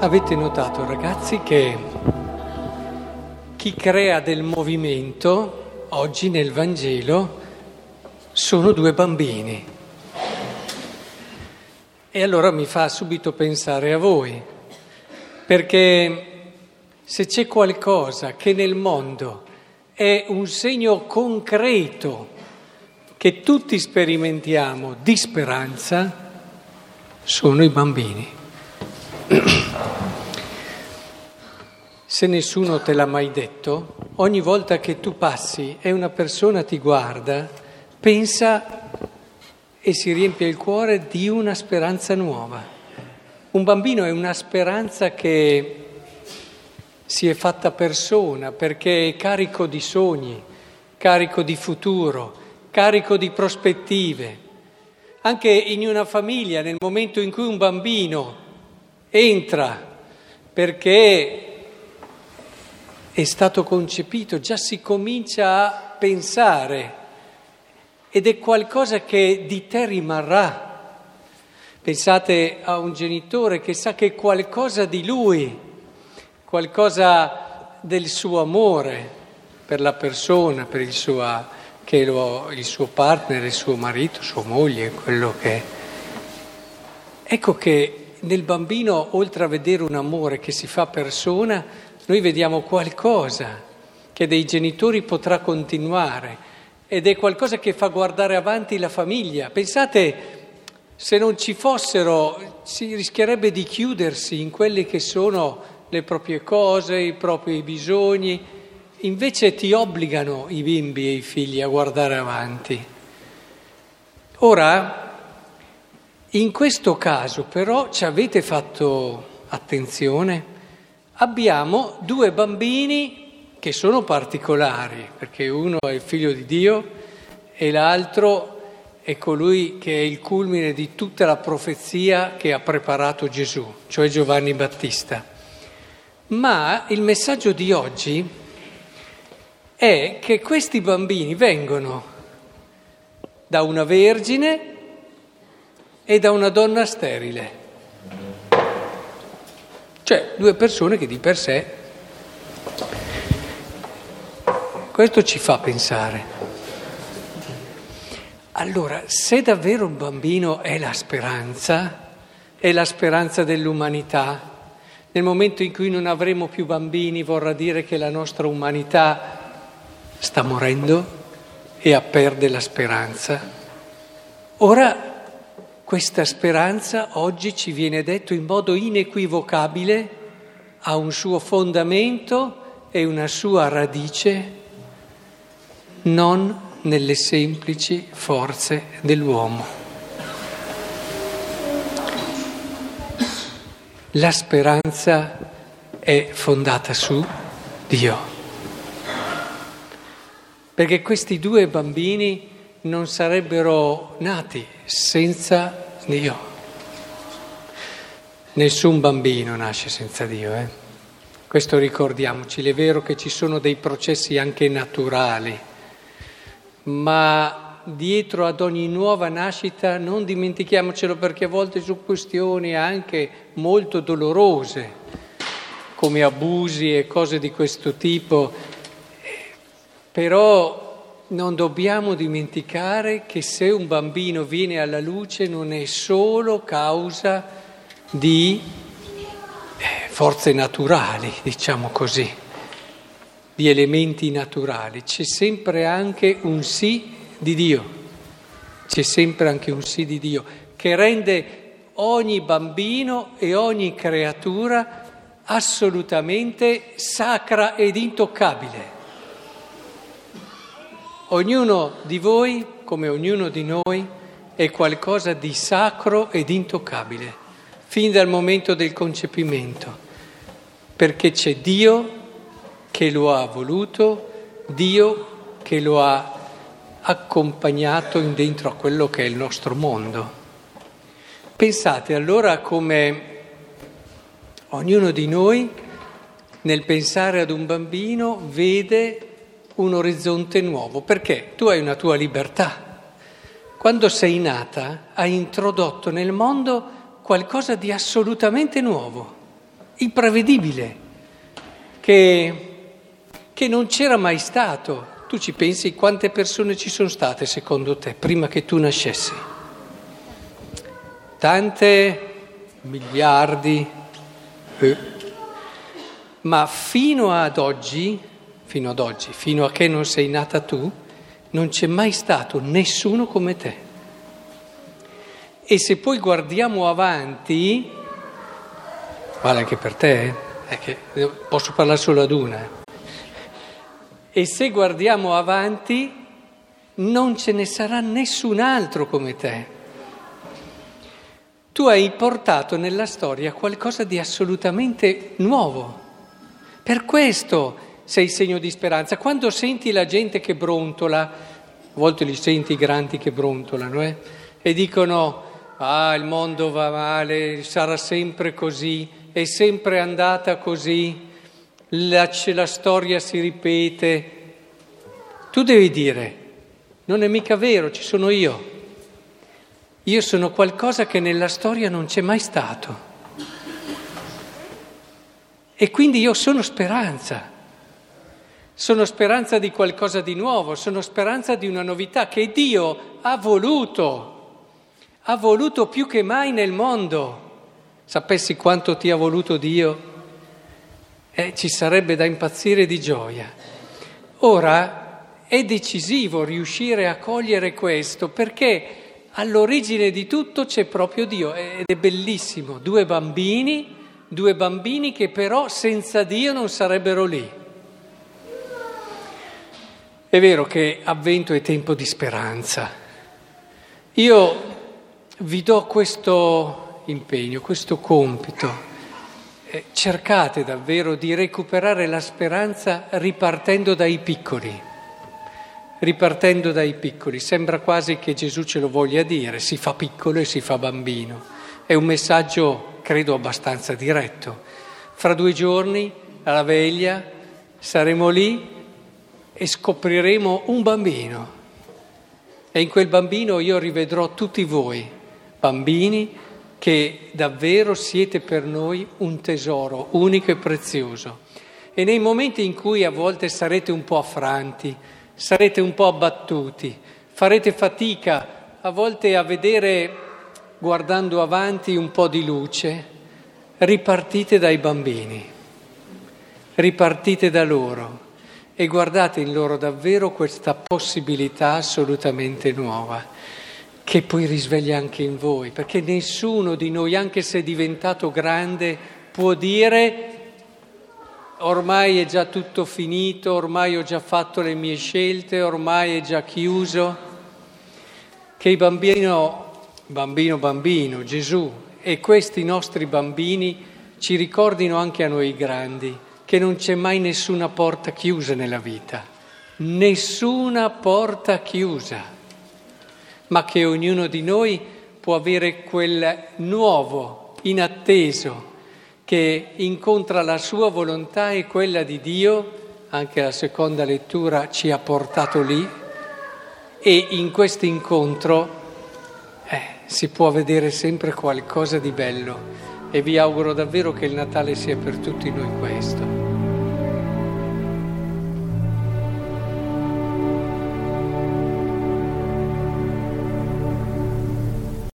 Avete notato, ragazzi, che chi crea del movimento oggi nel Vangelo sono due bambini. E allora mi fa subito pensare a voi, perché se c'è qualcosa che nel mondo è un segno concreto che tutti sperimentiamo di speranza, sono i bambini. Se nessuno te l'ha mai detto, ogni volta che tu passi e una persona ti guarda, pensa e si riempie il cuore di una speranza nuova. Un bambino è una speranza che si è fatta persona perché è carico di sogni, carico di futuro, carico di prospettive. Anche in una famiglia, nel momento in cui un bambino entra perché è stato concepito, già si comincia a pensare ed è qualcosa che di te rimarrà. Pensate a un genitore che sa che qualcosa di lui, qualcosa del suo amore per la persona, per il suo partner, il suo marito, sua moglie, quello che è. Ecco che nel bambino, oltre a vedere un amore che si fa persona, noi vediamo qualcosa che dei genitori potrà continuare ed è qualcosa che fa guardare avanti la famiglia. Pensate, se non ci fossero, si rischierebbe di chiudersi in quelle che sono le proprie cose, i propri bisogni. Invece ti obbligano i bimbi e i figli a guardare avanti. Ora, in questo caso però ci avete fatto attenzione? Abbiamo due bambini che sono particolari, perché uno è il figlio di Dio e l'altro è colui che è il culmine di tutta la profezia che ha preparato Gesù, cioè Giovanni Battista. Ma il messaggio di oggi è che questi bambini vengono da una vergine e da una donna sterile. Cioè, due persone che di per sé, questo ci fa pensare. Allora, se davvero un bambino è la speranza dell'umanità, nel momento in cui non avremo più bambini vorrà dire che la nostra umanità sta morendo e perde la speranza. Ora, questa speranza oggi ci viene detto in modo inequivocabile, ha un suo fondamento e una sua radice non nelle semplici forze dell'uomo. La speranza è fondata su Dio, perché questi due bambini non sarebbero nati senza Dio. Nessun bambino nasce senza Dio, Questo ricordiamoci. È vero che ci sono dei processi anche naturali, ma dietro ad ogni nuova nascita non dimentichiamocelo, perché a volte su questioni anche molto dolorose, come abusi e cose di questo tipo, però non dobbiamo dimenticare che se un bambino viene alla luce non è solo causa di forze naturali, diciamo così, di elementi naturali. C'è sempre anche un sì di Dio, c'è sempre anche un sì di Dio che rende ogni bambino e ogni creatura assolutamente sacra ed intoccabile. Ognuno di voi, come ognuno di noi, è qualcosa di sacro ed intoccabile, fin dal momento del concepimento, perché c'è Dio che lo ha voluto, Dio che lo ha accompagnato in dentro a quello che è il nostro mondo. Pensate allora come ognuno di noi, nel pensare ad un bambino, vede un orizzonte nuovo, perché tu hai una tua libertà. Quando sei nata hai introdotto nel mondo qualcosa di assolutamente nuovo. imprevedibile, che non c'era mai stato. Tu ci pensi quante persone ci sono state secondo te prima che tu nascessi? Tante, miliardi, ma fino ad oggi, fino a che non sei nata tu, non c'è mai stato nessuno come te. E se poi guardiamo avanti, vale anche per te, che posso parlare solo ad una. E se guardiamo avanti, non ce ne sarà nessun altro come te. Tu hai portato nella storia qualcosa di assolutamente nuovo. Per questo sei segno di speranza. Quando senti la gente che brontola, a volte li senti i grandi che brontolano, e dicono: ah, il mondo va male, sarà sempre così, è sempre andata così, la storia si ripete. Tu devi dire: non è mica vero, ci sono io. Io sono qualcosa che nella storia non c'è mai stato. E quindi io sono speranza. Sono speranza di qualcosa di nuovo, sono speranza di una novità che Dio ha voluto più che mai nel mondo. Sapessi quanto ti ha voluto Dio, ci sarebbe da impazzire di gioia. Ora è decisivo riuscire a cogliere questo, perché all'origine di tutto c'è proprio Dio ed è bellissimo. Due bambini che però senza Dio non sarebbero lì. È vero che Avvento è tempo di speranza. Io vi do questo impegno, questo compito. Cercate davvero di recuperare la speranza ripartendo dai piccoli. Sembra quasi che Gesù ce lo voglia dire: si fa piccolo e si fa bambino. È un messaggio, credo, abbastanza diretto. Fra 2 giorni, alla veglia, saremo lì e scopriremo un bambino. E in quel bambino io rivedrò tutti voi, bambini che davvero siete per noi un tesoro unico e prezioso. E nei momenti in cui a volte sarete un po' affranti, sarete un po' abbattuti, farete fatica a volte a vedere, guardando avanti, un po' di luce, ripartite dai bambini, ripartite da loro e guardate in loro davvero questa possibilità assolutamente nuova, che poi risveglia anche in voi, perché nessuno di noi, anche se è diventato grande, può dire: ormai è già tutto finito, ormai ho già fatto le mie scelte, ormai è già chiuso. Che il bambino, Gesù, e questi nostri bambini ci ricordino anche a noi grandi che non c'è mai nessuna porta chiusa nella vita, nessuna porta chiusa, ma che ognuno di noi può avere quel nuovo, inatteso, che incontra la sua volontà e quella di Dio. Anche la seconda lettura ci ha portato lì, e in questo incontro si può vedere sempre qualcosa di bello, e vi auguro davvero che il Natale sia per tutti noi questo.